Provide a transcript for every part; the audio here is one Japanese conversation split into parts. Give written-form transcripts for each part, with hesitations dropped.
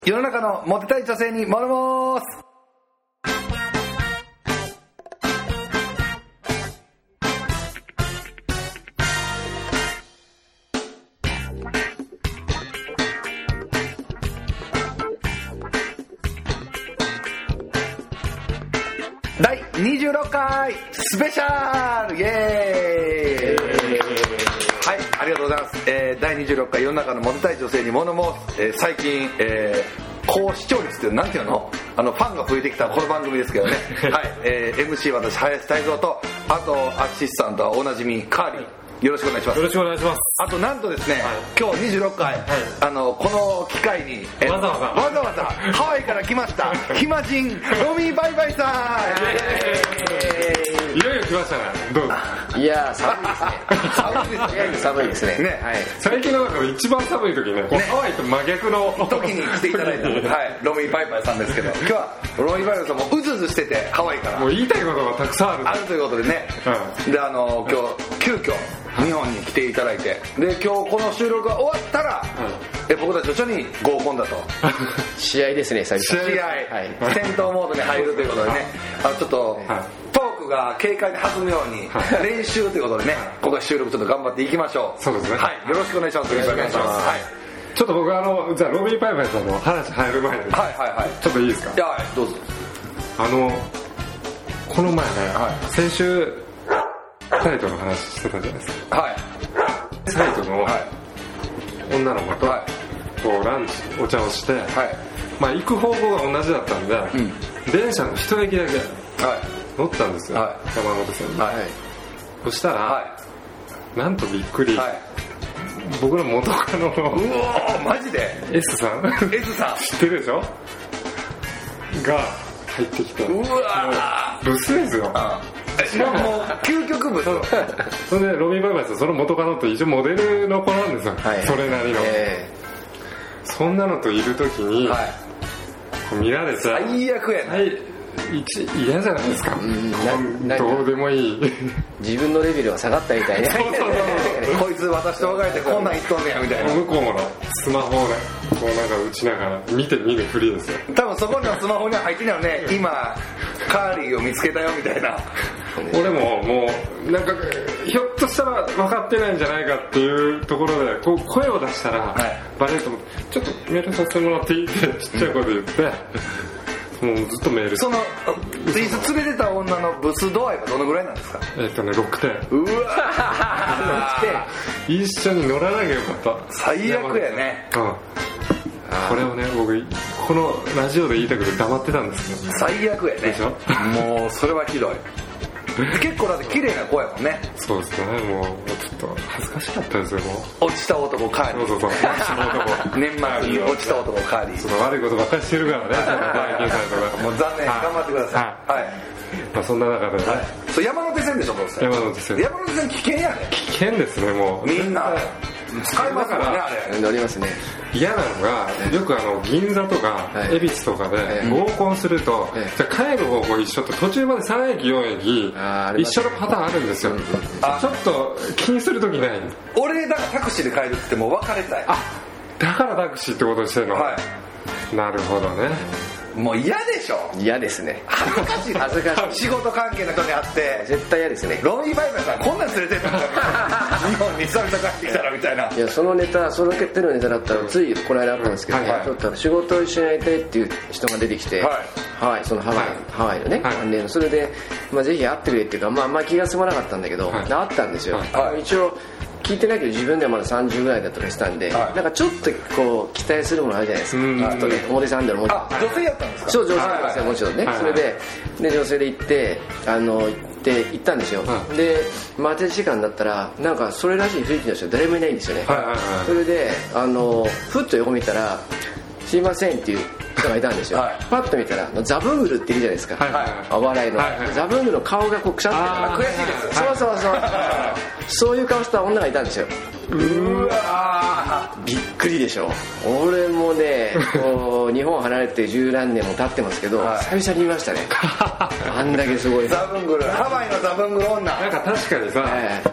世の中のモテたい女性にモルモース。第26回スペシャルイエーイ。はい、ありがとうございます。第26回世の中のモテたい女性にモルモース。最近、高視聴率ってなんていうの？ファンが増えてきたこの番組ですけどね。はい、MC 私林泰造と、あとアシスタントはおなじみカーリー。よろしくお願いします。 よろしくお願いします。 あとなんとですね、 はい、 今日26回、この機会に、 わざわざハワイから来ました暇人ロミーバイバイさん。いよいよ来ましたね。どうぞ。 いや寒いですね。 ね、 はい。 最近の中で一番寒い時ね、ハワイと真逆の時に来ていただいた、はい、ロミーバイバイさんですけど、今日はロミーバイバイさんもうずうずしててハワイからもう言いたいことがたくさんあるということでね、で今日急遽日本に来ていただいて、で今日この収録が終わったら、僕たちと一緒に合コンだと試合ですね。 試合、はい、戦闘モードに入るということでね、ちょっと、トークが軽快に弾むように、練習ということでね、ここは収録ちょっと頑張っていきましょう。 そうですね。 はい、よろしくお願いします。よろしくお願いします。はい、 ちょっと僕じゃあロビーパイパイさんの話入る前に、ちょっといいですか？ いや、どうぞ。 この前ね、先週サイトの話してたじゃないですか。はい。サイトの女の子とこうランチお茶をして、まあ行く方向が同じだったんで、電車の一駅だけ乗ったんですよ、山手線に。そしたら、なんとびっくり、僕の元カノの、 うわマジで S さん知ってるでしょが入ってきて、 うわブスですよ。 しかも究極部それでロビーバイバイさん、その元カノって一応モデルの子なんですよ、それなりの、そんなのといる時に、見られて最悪やね。 嫌じゃないですか。どうでもいい自分のレベルが下がったみたいな。 こいつ私と別れてこんなん言っとんねやみたいな。 向こうもスマホをねこうなんか打ちながら見て見ぬふりですよ。 多分そこにはスマホには入ってないのね、今カーリーを見つけたよみたいな。 俺ももうなんかひょっとしたら分かってないんじゃないかっていうところでこう声を出したらバレると思って、ちょっとメールさせてもらっていいってちっちゃい声で言って、もうずっとメール。 そのいつ連れてた女のブス度合いはどのぐらいなんですか ？6点。 うわ 6点。一緒に乗らなきゃよかった。 最悪やね。 これをね、僕このラジオで言いたくて黙ってたんですけど、 最悪やね。 でしょ？ もうそれはひどい。結構だって綺麗な子やもんね。 そうですね。もうちょっと恥ずかしかったですよ。もう落ちた男カーリー。そう落ちた男。年末に落ちた男カーリー。 その悪いことばっかりしてるからね。 もう残念。頑張ってください。はい。 まあそんな中でね。 そう山手線でしょ、どうせ。 山手線。 山手線危険やね。 危険ですね、もう。 みんな使いますからね、あれ。 乗りますね。 嫌なのが、よく銀座とか恵比寿とかで合コンすると、じゃあ帰る方向一緒って途中まで3駅4駅一緒のパターンあるんですよ。ちょっと気にするときない。 俺だからタクシーで帰るってもう別れたい。 だからタクシーってことにしてるの。なるほどね。 もう嫌でしょ。 嫌ですね。 恥ずかしい。仕事関係の人に会って絶対嫌ですね。 ロミーバイバイさんこんなん連れてったんだ日本に久々帰ってきたらみたいな。いやそのネタ、その手のネタだったらついこの間あったんですけど、ちょっと仕事を一緒にやりたいっていう人が出てきて、そのハワイのね関連の、それでぜひ会ってくれっていうか、まあ気が済まなかったんだけど、会ったんですよ。一応聞いてないけど自分ではまだ30ぐらいだったりしたんで、なんかちょっとこう期待するものあるじゃないですか。あとね、表参道の女性やったんですか？ そう、女性なんですよ、もちろんね。それで女性で行ったんですよ。で待ち時間だったらなんかそれらしい雰囲気の人誰もいないんですよね。それでふっと横見たらすいませんっていう人がいたんですよ。パッと見たらザブングルっているじゃないですか、お笑いのザブングルの顔がこうくしゃって悔しいです。そういう顔した女がいたんですよ。 うわびっくりでしょ。俺もね日本離れて十何年も経ってますけど、久々に見ましたね。あんだけすごいザブングル、ハワイのザブングル女。 なんか確かにさ、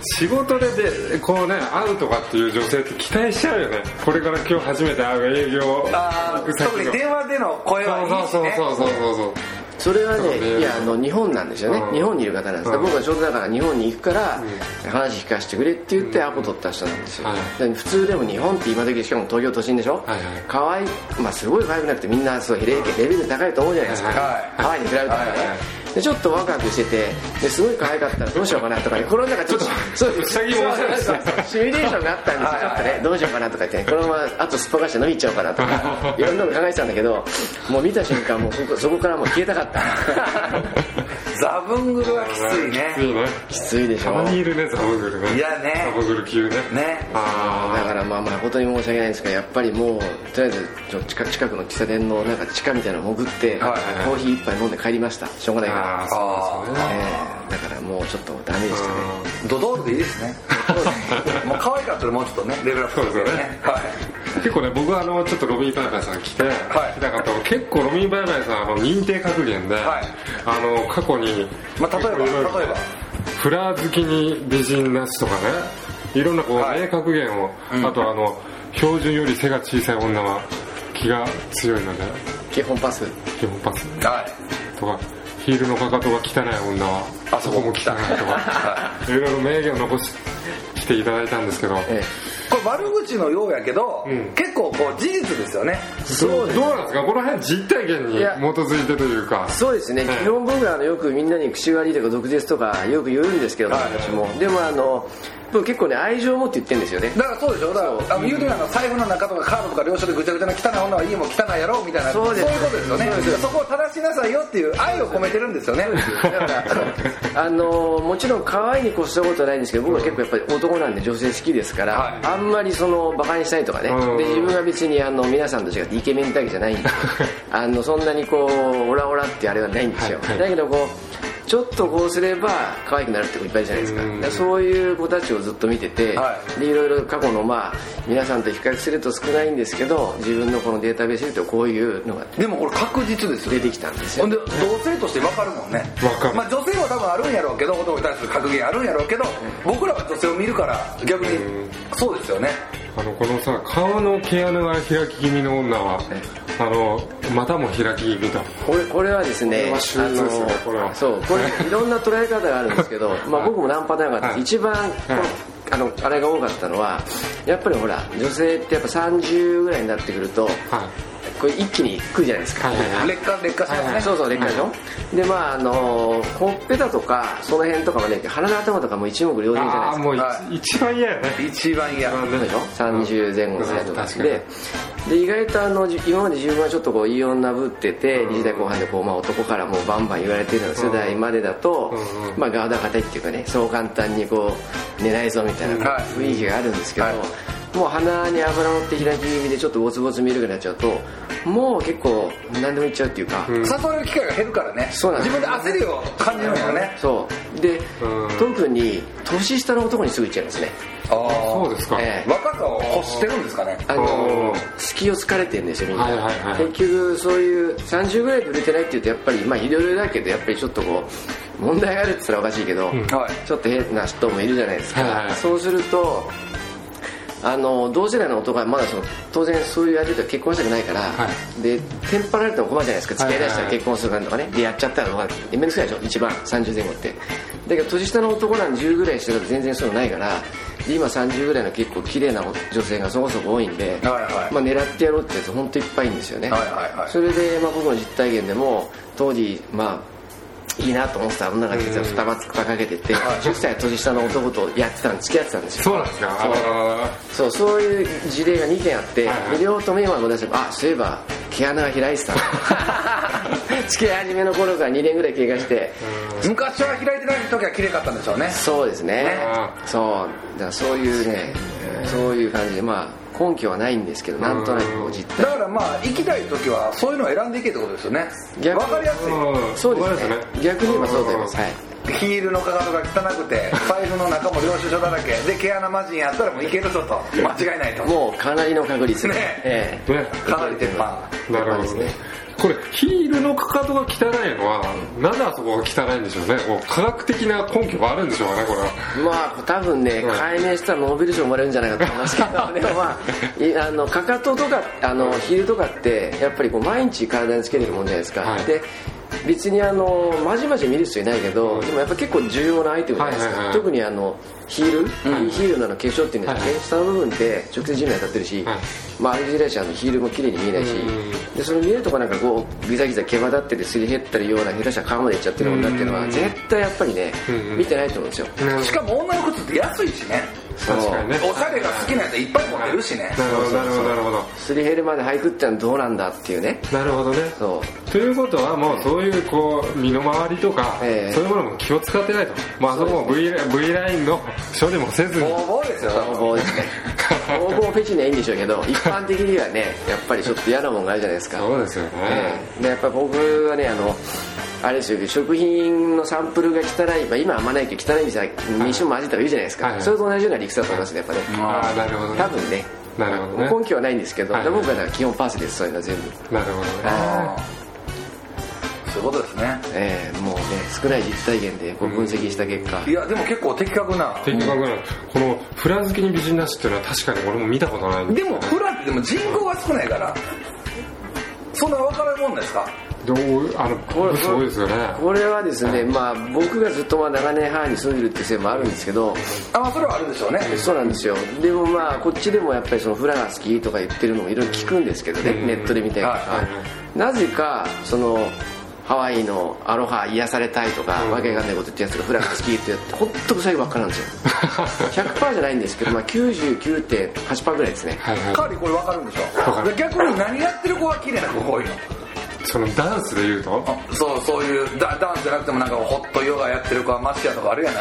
仕事でこうね会うとかっていう女性って期待しちゃうよね。これから今日初めて会う営業、 特に電話での声はいいしね。 そうそれはね、いや日本なんですよね。日本にいる方なんです。僕はちょうどだから日本に行くから話聞かせてくれって言ってアポ取った人なんですよ。普通でも日本って今時しかも東京都心でしょ。可愛い、まあすごい可愛くなくてみんなすごいレベル高いと思うじゃないですか。ハワイに比べたらね。でちょっとワクワクしてて、ですごい可愛かったらどうしようかなとかね、この中ちょっとそうシミュレーションがあったんですよ。ちょっとねどうしようかなとか言って、このままあとすっぽかして飲み行っちゃおうかなとかいろんなの考えてたんだけど、もう見た瞬間もうそこからもう消えたかった。 ザブングルはきついね。 きついでしょ。 たまにいるねザブングルね。 いやね。 ザブングル級ね。 ね。 だからまあ誠に申し訳ないんですが、やっぱりもうとりあえず近くの喫茶店のなんか地下みたいなの潜って、コーヒー一杯飲んで帰りました。しょうがないから。だからもうちょっとダメでしたね。 ドドールでいいですね。もう可愛かったらもうちょっとねレベルアップですよね。 結構ね僕はちょっとロビーバイバイさん来た方も結構ロビーバイバイさん認定格言で、過去に、 例えばフラー好きに美人なしとかね、いろんなこう名格言を、あと標準より背が小さい女は気が強いので基本パスとか、ヒールのかかとが汚い女はあそこも汚いとかいろいろ名言を残していただいたんですけど、 これ悪口のようやけど、結構こう事実ですよね。 そうどうなんですか、この辺実体験に基づいてというか。 そうですね、基本僕はよくみんなに口割りとか毒舌とかよく言うんですけど、私もでも結構ね愛情を持って言ってるんですよね。 だからそうでしょ。だから言うてる財布の中とかカードとか領収でぐちゃぐちゃな汚い女はいいもん汚いやろみたいな、そういうことですよね。そこを正しなさいよっていう愛を込めてるんですよね。 だからもちろん可愛いに越したことはないんですけど、僕は結構やっぱり男なんで女性好きですから、あんまりバカにしたいとかね、で自分は別に皆さんと違ってイケメンだけじゃないんでそんなにこうオラオラってあれはないんですよ。だけどこうちょっとこうすれば可愛くなるって子いっぱいいるじゃないですか。だからそういう子たちをずっと見てて、でいろいろ過去の皆さんと比較すると少ないんですけど、自分のこのデータベースで言うとこういうのがでもこれ確実ですよ。 出てきたんですよ。 で同性として分かるもんね。女性は多分あるんやろうけど、男に対する格言あるんやろうけど、僕らは女性を見るから逆にそうですよね。 このさ、顔の毛穴が開き気味の女は股も開き気味だ。 これはですね、これいろんな捉え方があるんですけど僕も何パターンかあって、一番あれが多かったのはやっぱりほら女性ってやっぱ30ぐらいになってくると、これ一気に来るじゃないですか。 劣化しますね。 そう劣化でしょ。でほっぺたとかその辺とかもね、鼻の頭とかも一目瞭然じゃないですか。 もう一番嫌やね。 一番嫌でしょ。30前後ぐらいとかで意外と今まで自分はちょっとこういい女ぶってて、20代後半でこう男からもうバンバン言われてるような世代までだと、ガード硬いっていうかね、そう簡単にこう寝ないぞみたいな雰囲気があるんですけど、もう鼻に油乗って開き気味でちょっとボツボツ見るようになっちゃうと、もう結構何でもいっちゃうっていうか、 誘える機会が減るからね。 そうなんです。 自分で焦りを感じるんだよね。 そうで、特に年下の男にすぐ行っちゃいますね。 そうですか。 若さを欲してるんですかね。 隙を突かれてるんですよみんな。結局そういう30ぐらいで売れてないっていうと、やっぱりいろいろだけど、やっぱりちょっとこう問題があるって言ったらおかしいけど、ちょっと変な人もいるじゃないですか。そうすると同世代の男はまだ当然そういう相手と結婚したくないから、でテンパられても困るじゃないですか。付き合いだしたら結婚するとかね、でやっちゃったらとかめんどくさいでしょ、一番30前後って。だけど年下の男なんで10ぐらいしてると全然そういうのないから、で今30ぐらいの結構綺麗な女性がそこそこ多いんで、狙ってやろうってやつ本当いっぱいいるんですよね。それで僕の実体験でも当時いいなと思ってた女が実は二股かけてて、10歳年下の男と付き合ってたんですよ。 そうなんですか。 そういう事例が2件あって、両方とも今思い出せば、そういえば毛穴が開いてた付き合い始めの頃から2年ぐらい経過して、 昔は開いてない時は綺麗かったんでしょうね。 そうですね。そうだからそういうね、そういう感じで根拠はないんですけど、なんとなく実態。 だから行きたい時はそういうのを選んでいけってことですよね。分かりやすい。 そうですね。逆に言えばそうだと思います。 ヒールのかかとが汚くて財布の中も領収書だらけで毛穴魔人やったらもういけるぞと、間違いないと。 もうかなりの確率ね。かなり鉄板。 なるほどね。ここれヒールのかかとが汚いのはなぜあそこが汚いんでしょうね。もう科学的な根拠があるんでしょうかね、これは。 まあ多分ね、解明したらノーベル賞生まれるんじゃないかと思いますけどでもまあかかととかヒールとかってやっぱりこう毎日体につけてるもんじゃないですか、はい、で別にまじまじ見る必要ないけど、でもやっぱ結構重要なアイテムじゃないですか、特にヒール、ヒールの化粧っていうんですかね、下の部分って直接地面に当たってるし、まあ歩きづらいしヒールも綺麗に見えないし、でその見えるとこなんかこうギザギザ毛羽立っててすり減ったりような下手したら顔までいっちゃってるもんだっていうのは絶対やっぱりね見てないと思うんですよ。 しかも女の靴って安いしね。 確かにね、 おしゃれが好きなやついっぱい持ってるしね。 なるほどなるほどなるほど。 すり減るまで履くってのはどうなんだっていうね。 なるほどね。そうということはもうそういうこう身の回りとか、そういうものも気を使ってないと。まああそこも V ラインの処理もせずに。 ボーですよ。 ボーですね。ボーフェチにはいいんでしょうけど、一般的にはねやっぱりちょっと嫌なもんがあるじゃないですか。 そうですよね。 でやっぱり僕はねあれですよ、食品のサンプルが汚い、まあ、今はあんまないけど汚い店は2種混ぜたらいいじゃないですか、それと同じような理屈だと思いますね、やっぱね。 ああ、なるほどね。 多分ね。 なるほどね。 根拠はないんですけど、僕は基本パスです、そういうのは全部。 なるほどね。 そういうことですね。 もうね、少ない実体験でこう分析した結果、 いやでも結構的確なこのフラ好きに美人なしっていうのは確かに俺も見たことないんでもフラってでも人口が少ないからそんな分からんもんですか。 そうですよね。 これはですね、まあ僕がずっと長年ハワイに住んでるっていうせいもあるんですけど、 それはあるでしょうね。 そうなんですよ。でもまあこっちでもやっぱりそのフラが好きとか言ってるのもいろいろ聞くんですけどね、ネットで見たりとか、なぜかそのハワイのアロハ癒されたいとか、わけわかんないこと言ってやつがフラが好きってやって本当臭いばっかなんですよ100% じゃないんですけど、まあ、99.8% ぐらいですね。 カーリーこれ分かるんでしょ。逆に何やってる子が綺麗な子多いの。 そのダンスで言うとそういうダンスじゃなくてもなんかホットヨガやってる子はマシアとかあるやん。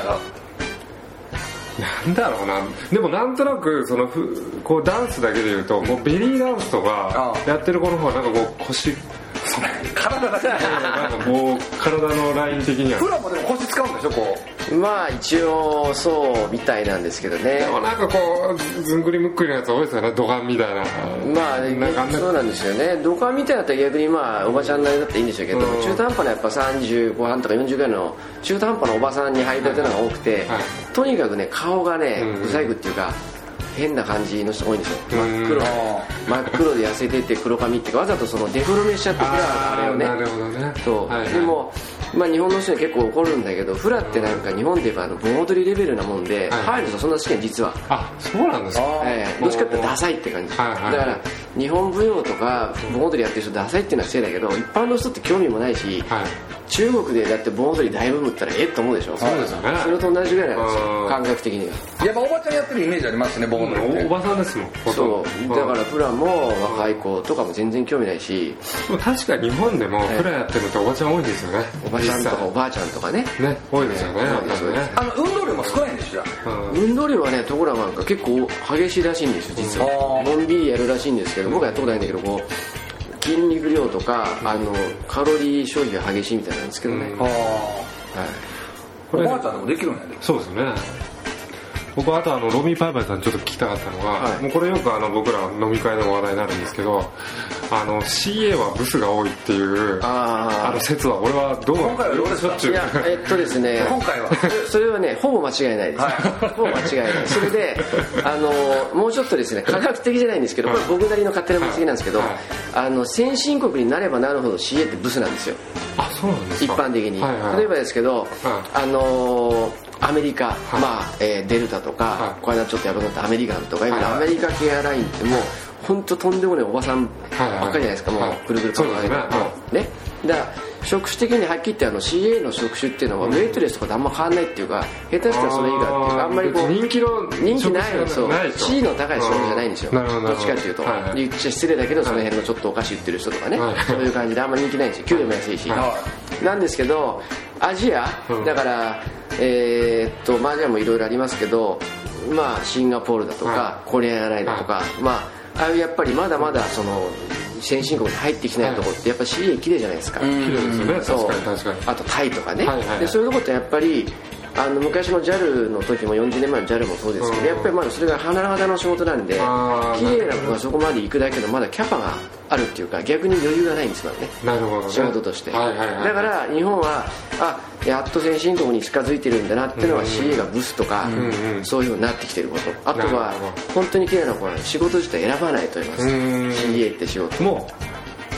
なんだろうな。でもなんとなくそのこうダンスだけで言うともうベリーダンスとかやってる子の方がなんかこう腰体がなんかもう体のライン的にはフラもでも腰使うんでしょこう。まあ一応そうみたいなんですけどね。 でもなんかこうずんぐりむっくりなやつ多いですよね、土管みたいな。 まあそうなんですよね。土管みたいなったら逆にまあおばちゃんなりだっていいんでしょうけど、中途半端なやっぱ30後半とか40ぐらいの中途半端なおばさんに入りたてのが多くて、とにかくね顔がね不細工っていうか変な感じの人多いんですよ。真っ黒で痩せてて黒髪っていうかわざとそのデフォルメしちゃってフラあれをね。 なるほどね。 そう、でもまあ日本の人に結構怒るんだけど、フラってなんか日本で言えば盆踊りレベルなもんで、入るとそんな好きな実は。 そうなんですか。 どっちかってダサいって感じ。だから日本舞踊とか盆踊りやってる人ダサいっていうのはせいだけど、一般の人って興味もないし、中国でだって盆踊り大ブームって言ったらと思うでしょ。 そうですよね。 それと同じぐらいなんですよ、感覚的には。 やっぱおばちゃんやってるイメージありますね、盆踊りって。 おばさんですもん。 そうだからフラも若い子とかも全然興味ないし、 確かに日本でもフラやってるとおばちゃん多いんですよね。 おばちゃんとかおばあちゃんとかね多いですよね。 運動量も少ないんですよ。 運動量はねところがなんか結構激しいらしいんですよ実は。のんびりやるらしいんですけど、僕はやったことないんだけど、こう筋肉量とかカロリー消費が激しいみたいなんですけどね。 おばあちゃんでもできるんやで。 そうですよね。僕はあとロミーパイパイさんにちょっと聞きたかったのが、もうこれよく僕ら飲み会の話題になるんですけど、CA はブスが多いっていう説は俺はどうなんですか。 いやですね、 今回はそれはねほぼ間違いないです、ほぼ間違いない。それでもうちょっとですね科学的じゃないんですけど、これ僕なりの勝手な分析なんですけど、先進国になればなるほど CA ってブスなんですよ。 そうなんですか。 一般的に、例えばですけど、アメリカ、デルタとか、これはちょっとやばくなったアメリカンとか、アメリカ系エアラインってもう本当とんでもないおばさんばっかりじゃないですか、もうくるくる考えがね。だから職種的にはっきり言って CA の職種っていうのはウェイトレスとかとあんま変わんないっていうか、下手したらそれ以外っていうかあんまりこう人気ないの。そう地位の高い仕事じゃないんですよ、どっちかっていうと。言っちゃ失礼だけどその辺のちょっとお菓子売ってる人とかね、そういう感じであんま人気ないんですよ。給料も安いしなんですけど、アジアだからアジアもいろいろありますけど、シンガポールだとかコリアンエアラインだとか、やっぱりまだまだその先進国に入ってきないところってやっぱり CA 綺麗じゃないですか。 綺麗ですよね。確かに。 あとタイとかね、でそういうところってやっぱり昔の JAL の時も40年前の JAL もそうですけど、やっぱりまだそれが花形の仕事なんで、綺麗な子がそこまで行くだけどまだキャパがあるっていうか、逆に余裕がないんですからね。 なるほどね。 仕事として、だから日本はやっと先進国に近づいてるんだなっていうのは CA がブスとか、そういう風になってきてること。あとは本当に綺麗な子は仕事自体選ばないと思います。CA って仕事もう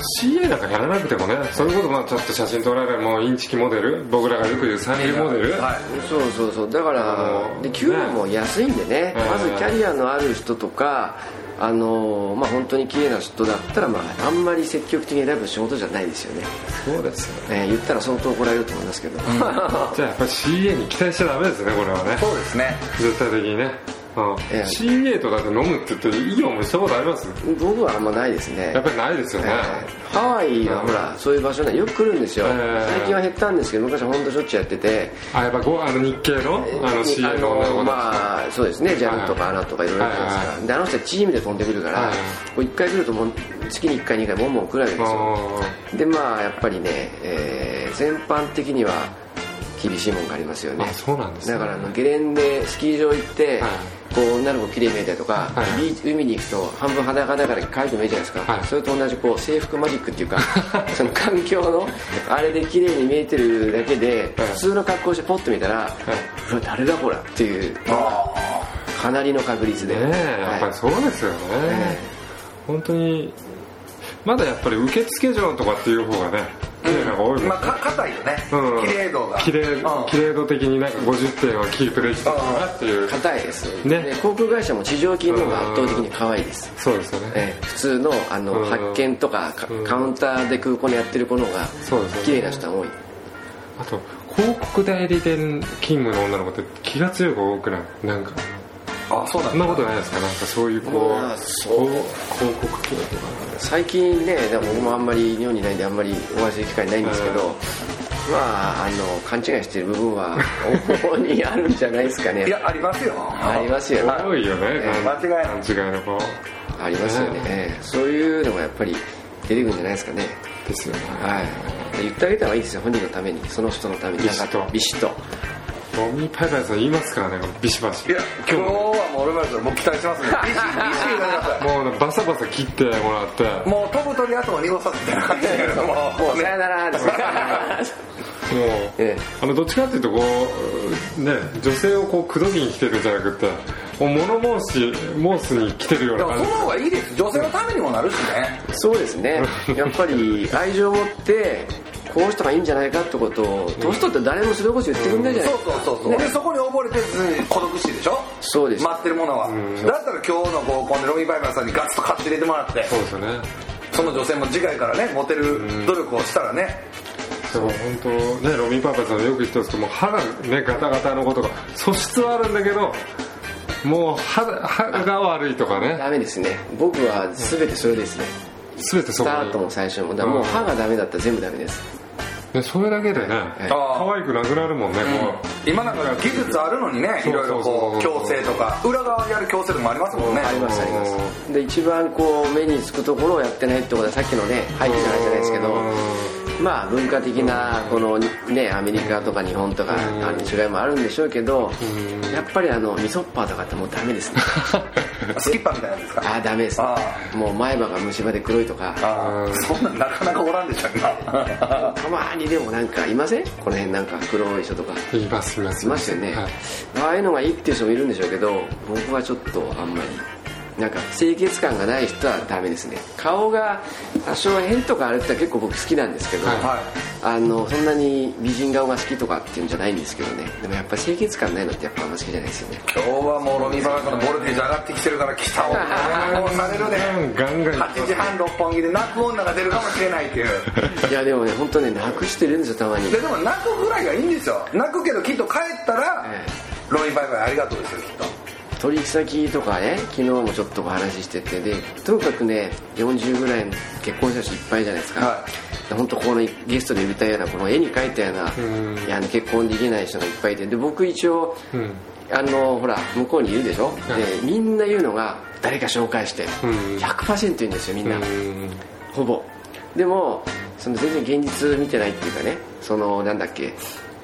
CA なんかやらなくてもね、そういうことちょっと写真撮られる、もうインチキモデル、僕らがよく言う三流モデル、 そうだからで給料も安いんでね、まずキャリアのある人とか本当に綺麗な人だったら、あんまり積極的に選ぶ仕事じゃないですよね。 そうですよね。 言ったら相当怒られると思いますけど、 じゃあやっぱり CA に期待しちゃダメですね、これはね。 そうですね、 絶対的にね。CA とだって飲むって言っていい思いしたことあります？ 僕はあんまないですね。 やっぱりないですよね。 ハワイはほらそういう場所ねよく来るんですよ。最近は減ったんですけど、昔は本当しょっちゅうやってて、 やっぱ日系のCA の女の子そうですね、JAL とかANAとかいろいろあるじゃないですか。であの人はチームで飛んでくるから、1回来るともう月に1回2回ボンボン来るわけですよ。でやっぱりね、全般的には厳しいもんがありますよね。 そうなんですね。 だからゲレンデスキー場行って、女の子綺麗に見えたりとか、海に行くと半分裸だから書いてもいいじゃないですか、それと同じ制服マジックっていうかその環境のあれで綺麗に見えてるだけで、普通の格好してポッと見たら、うわ誰だこらっていうかなりの確率で、 やっぱりそうですよね。本当にまだやっぱり受付嬢とかっていう方がね、綺麗なのが多いもんね。 硬いよね、綺麗度が綺麗度的になんか50点はキープできてるなっていう。 硬いですね。航空会社も地上金の方が圧倒的に可愛いです。 そうですよね。 普通の発券とかカウンターで空港にやってる子の方が綺麗な人は多い。 あと広告代理店勤務の女の子って気が強い子多くない？なんかそうだ、 そんなことないですか？なんかそういう広告系とか最近ね、でも僕もあんまり日本にいないんであんまりお会いする機会ないんですけど、勘違いしてる部分は大方にあるんじゃないですかね。 いやありますよ。 ありますよね。 多いよね。 間違いない。 勘違いの子ありますよね。そういうのがやっぱり出てくるんじゃないですかね。 ですよね。 言ってあげた方がいいですよ、本人のために、その人のために。ビシッとロミーパイパイさん言いますからね、ビシバシ。 いや今日はもう俺もう期待してますね。ビシ言ってください。 もうバサバサ切ってもらって、 もう飛ぶ鳥跡を濁させてる感じだけどもうさよならですね。 もうどっちかっていうと女性を口説きに来てるんじゃなくて、もう物申すに来てるような感じ。 その方がいいです。女性のためにもなるしね。 そうですね。やっぱり愛情を持ってこうしたらいいんじゃないかってことを、年取って誰もそれこそ言ってくんないじゃないですか。 そう、でそこに溺れて孤独しいでしょ。 そうです。 待ってるものは、だったら今日の合コンでロミー・パイパーさんにガッツと買って入れてもらって、 そうですよね。 その女性も次回からねモテる努力をしたらね。 でも本当ね、ロミー・パイパーさんよく言ってるんですけど、もう歯がねガタガタのことが素質はあるんだけど、もう歯が悪いとかね。 ダメですね。僕は全てそれですね。 全てそこにスタートも最初ももう歯がダメだったら全部ダメです。 それだけでね、可愛くなくなるもんね。 今なんか技術あるのにね、いろいろ矯正とか裏側でやる矯正とかもありますもんね。 ありますあります。で一番目につくところをやってないってことは、さっきのね背景じゃないですけど、文化的なこのねアメリカとか日本とか違いもあるんでしょうけど、やっぱりミソッパーとかってもうダメですね。 スキッパーみたいなんですか？ ダメです。もう前歯が虫歯で黒いとか。 そんなんなかなかおらんでしょ今。 たまにでもなんかいません？この辺なんか黒い人とかいますよね。ああいうのがいいっていう人もいるんでしょうけど、僕はちょっとあんまりなんか清潔感がない人はダメですね。顔が多少変とかあるって結構僕好きなんですけど、そんなに美人顔が好きとかっていうんじゃないんですけどね。でもやっぱり清潔感ないのってやっぱあんま好きじゃないですよね。 今日はもうロミー・パイパーのボルテージ上がってきてるから来た女されるね。8時半六本木で泣く女が出るかもしれないっていう。 いやでもね本当ね泣くしてるんですよたまに。 でも泣くぐらいがいいんですよ。泣くけどきっと帰ったら、ロミー・パイパーありがとうですよきっと。 取引先とかね、昨日もちょっとお話ししてて、でとにかくね40ぐらいの結婚した人いっぱいじゃないですか。本当このゲストで呼びたいようなこの絵に描いたような、結婚できない人がいっぱいいて、で僕一応、ほら向こうにいるでしょ、でみんな言うのが誰か紹介して、100% 言うんですよみんな、ほぼ。でもその全然現実見てないっていうかね、なんだっけ、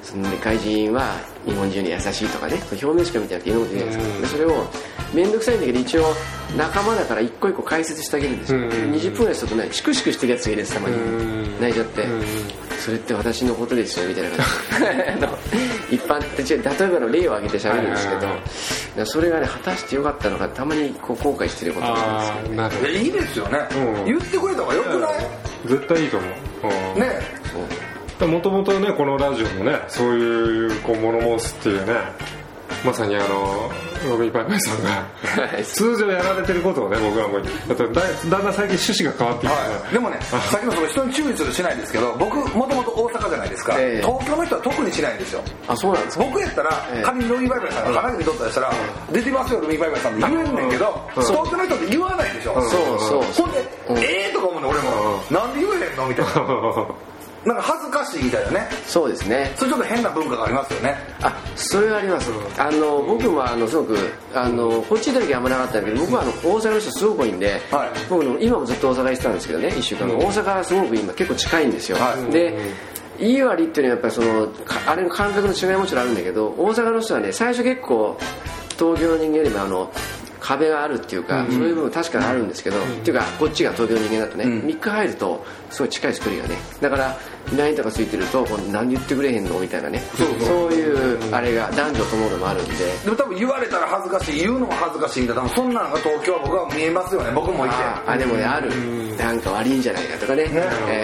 その、ね、外人は日本人に優しいとかね、表面しか見てなくていいのこと言うじゃないですか。でそれを面倒くさいんだけど一応仲間だから一個一個解説してあげるんですよ。20分ぐらいするとねチクチクしてるやつがいるんです、たまに泣いちゃって、それって私のことですよみたいな感じ一般的に例えばの例を挙げて喋るんですけど、それがね果たしてよかったのかたまにこう後悔してることなんですよ。 なるほど。いいですよね、言ってくれた方がよくない？ 絶対いいと思うね。もともとねこのラジオもねそういうこう物申すっていうね、まさにロビーパイパイさんが通常やられてることをね僕はもうだんだん最近趣旨が変わってきて、 でもねさっきのその人に注意するしないですけど、僕もともと大阪じゃないですか、東京の人は特にしないんですよ。 あ、そうなんですか。 僕やったら仮にロビーパイパイさんが花火取ったりしたら出てますよロビーパイパイさんって言えんねんけど、東京の人って言わないでしょ。ほんでとか思うね俺も、なんで言えへんのみたいななんか恥ずかしいみたいなね。 そうですね。 それちょっと変な文化がありますよね。 あ、それはあります。僕もすごくこっちいた時はあんまなかったんだけど、僕は大阪の人すごく多いんで、僕の今もずっと大阪にいてたんですけどね、1週間大阪はすごく今結構近いんですよ。でいい悪いっていうのはやっぱりあれの感覚の違いももちろんあるんだけど、大阪の人はね最初結構東京の人間よりも壁があるっていうか、そういう部分確かにあるんですけど、っていうかこっちが東京の人間だとね、3日入るとすごい近い作りがね、だから何とかついてると何言ってくれへんのみたいなね、そういうあれが男女とものもあるんで。 でも多分言われたら恥ずかしい、言うのも恥ずかしいんだ。多分そんなのが東京は僕は見えますよね。僕もいてでもねある、なんか悪いんじゃないかとかね、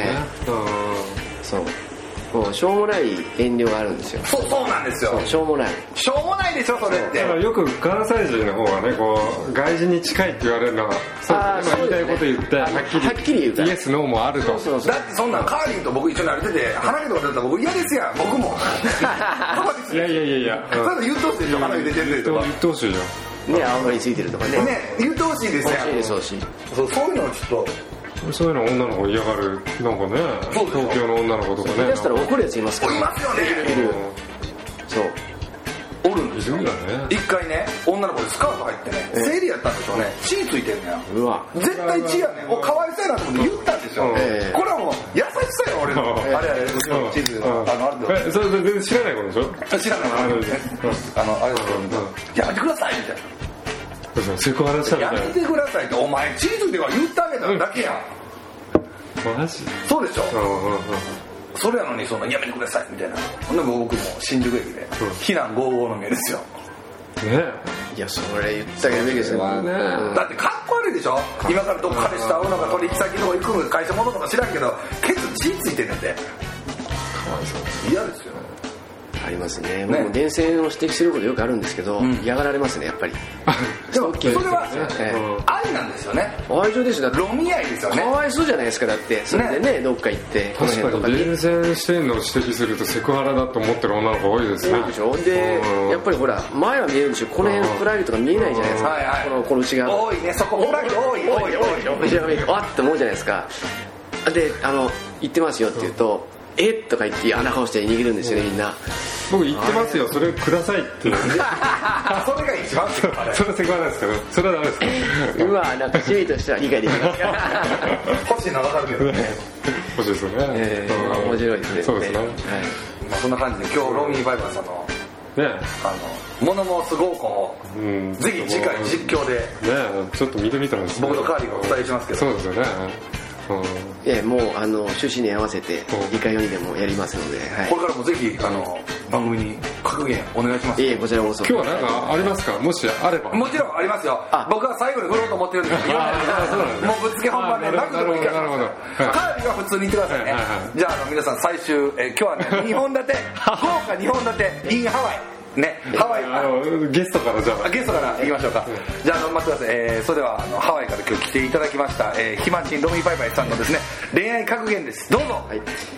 そうもうしょうもない遠慮があるんですよ。 そうなんですよ。 しょうもないでしょそれって。 だからよく関西人の方はねこう外人に近いって言われるのは言いたいこと言ってはっきり言うイエスノーもあると。 だってそんなカーリンと僕一緒に歩いてて花火とか出たら僕嫌ですやん。僕もいやただ言ってほしいでしょ、花火出てるとか言ってほしいよね、青のりついてるとかね言ってほしいですやん。 そういうのをちょっとそういうの女の子嫌がるなんかね、東京の女の子とかね言い出したら怒るやついますから。 いますよね。 いるそうおるんですよ。一回ね女の子でスカート入ってね生理やったんでしょうね、血ついてんのよ。 うわ絶対血やねん。かわいそうやなと思って言ったんでしょ。これはもう優しさよ俺のあれ後ろの地図のそれ全然知らない子でしょ。 知らないあれですよやめてくださいみたいな。 セクハラしたみたいな。 やめてくださいって、お前チーズでは言ってあげただけやん。 マジそうでしょ。それやのにやめてくださいみたいな。ほんで僕も新宿駅で避難55の目ですよね。 いやそれ言ってあげるべきですよ。 だってかっこ悪いでしょ。今からどっかでした会うのか取引先の方行くのか会社戻るのか知らんけどケツ血ついてんねんて。 かわいそう嫌ですよ。 ありますね。僕も電線を指摘することよくあるんですけど、嫌がられますねやっぱり。 でもそれは愛なんですよね。 愛情ですよ。だってロミ愛ですよね。 かわいそうじゃないですか。だってそれでねどっか行って確かに電線してんのを指摘するとセクハラだと思ってる女の子多いですね。 多いでしょ。でやっぱりほら前は見えるんですよ。この辺プライドとか見えないじゃないですか。この内側多いね。そこプライド多いあって思うじゃないですか。で言ってますよって言うととか言って穴顔して逃げるんですよねみんな。 僕言ってますよそれくださいってそれが一番セクハラ。 それセクハラですけどそれはダメですか。 今なんか注意としては理解できます欲しいの分かるけどね。 欲しいですよね。 面白いですね。 そうですね。 そんな感じで今日ロミーバイバーさんの物申す合コンをぜひ次回実況でねちょっと見てみたらですね。 僕とカーリーがお伝えしますけど。 そうですよね。 もう趣旨に合わせていかようにでもやりますので、 これからもぜひ番組に格言お願いします。 こちらこそ。 今日は何かありますか。もしあれば。 もちろんありますよ。僕は最後に振ろうと思ってるんですけどもうぶっつけ本番でなくてもいいからカーリーが普通に言ってくださいね。じゃあ皆さん最終今日はね2本立て豪華2本立て in ハワイね、ハワイゲストからじゃあゲストから行きましょうか。じゃあ待ってください。それではハワイから今日来ていただきましたヒマチンロミーパイパイさんのですね恋愛格言です。どうぞ。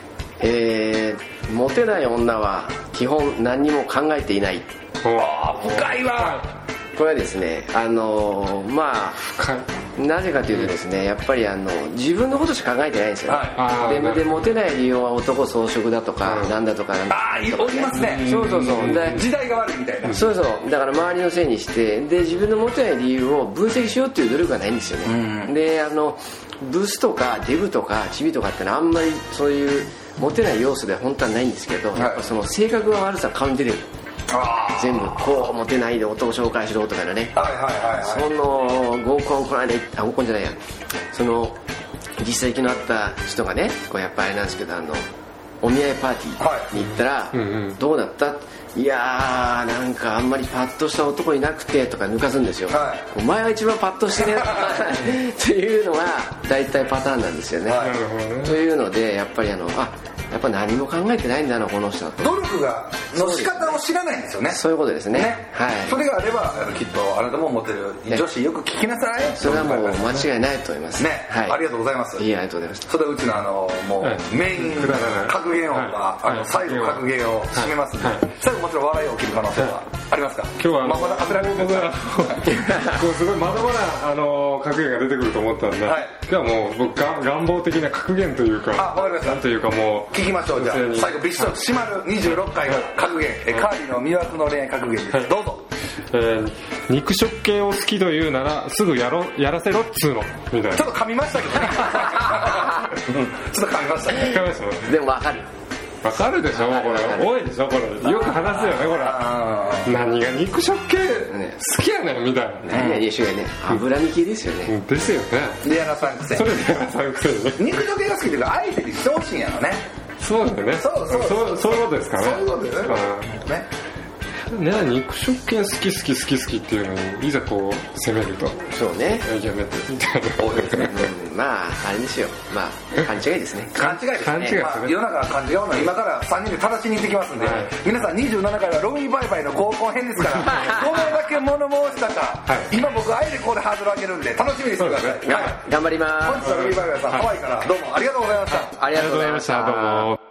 モテない女は基本何にも考えていない。 深いわ。 これはですねなぜかというとですねやっぱり自分のことしか考えてないんですよね。でモテない理由は男装飾だとかなんだとかおりますね。 そう時代が悪いみたいな。 そうだから周りのせいにしてで自分のモテない理由を分析しようっていう努力がないんですよね。でブスとかデブとかチビとかってのはあんまりそういうモテない要素では本当はないんですけど、やっぱその性格の悪さ顔に出てる。全部こうモテないで男紹介しろとかね、その合コンこの間合コンじゃないや、その実際気のあった人がね、こうやっぱあれなんですけど、お見合いパーティーに行ったら、どうだった？いやーなんかあんまりパッとした男いなくてとか抜かすんですよ、お前は一番パッとしてねっていうのが大体パターンなんですよね、というのでやっぱりやっぱ何も考えてないんだなこの人はと。 努力の仕方を知らないんですよね。 そういうことですね。はい。 それがあればきっとあなたもモテる女子よく聞きなさい。 それはもう間違いないと思いますね。はい。ありがとうございます。 いや、ありがとうございます。 それはうちのもうメイン格言王が最後格言を締めますんで、最後もちろん笑いを起きる可能性はありますか？ 今日はまだ焦られてる。 すごいまだまだ格言が出てくると思ったんで、今日はもう僕願望的な格言というか、 わかりました。 なんというかもう聞きましょう。じゃあ最後ビシッと締まる26回の格言、カーリーの魅惑の恋愛格言です。どうぞ。 肉食系を好きというならすぐやらせろっつうのみたいな。 ちょっと噛みましたけどね。ちょっと噛みましたね。 噛みましたね。でも分かる。 わかるでしょこれ。多いでしょこれ。よく話すよねこれ。何が肉食系好きやねんみたいな。 いやいやね。脂身系ですよね。 ですよね。 レアなさんくせに。 それレアなさんくせにね。 肉食系が好きっていうか相手にしてほしいんやろね。 そうだよね。そういうことですかね。 そういうことですね。 ね、肉食系好きっていうのにいざこう攻めるとそうねやめてみたいな。そうですね。 まああれですよ、まあ勘違いですね。 勘違いですね。世の中は勘違いの今から3人で正しに行ってきますんで、皆さん27回はロイバイバイの合コン編ですからどれだけ物申したか、今僕あえてここでハードル上げるんで楽しみにしてください。 頑張ります。 本日はロイバイバイさんハワイからどうもありがとうございました。 ありがとうございました。 どうも。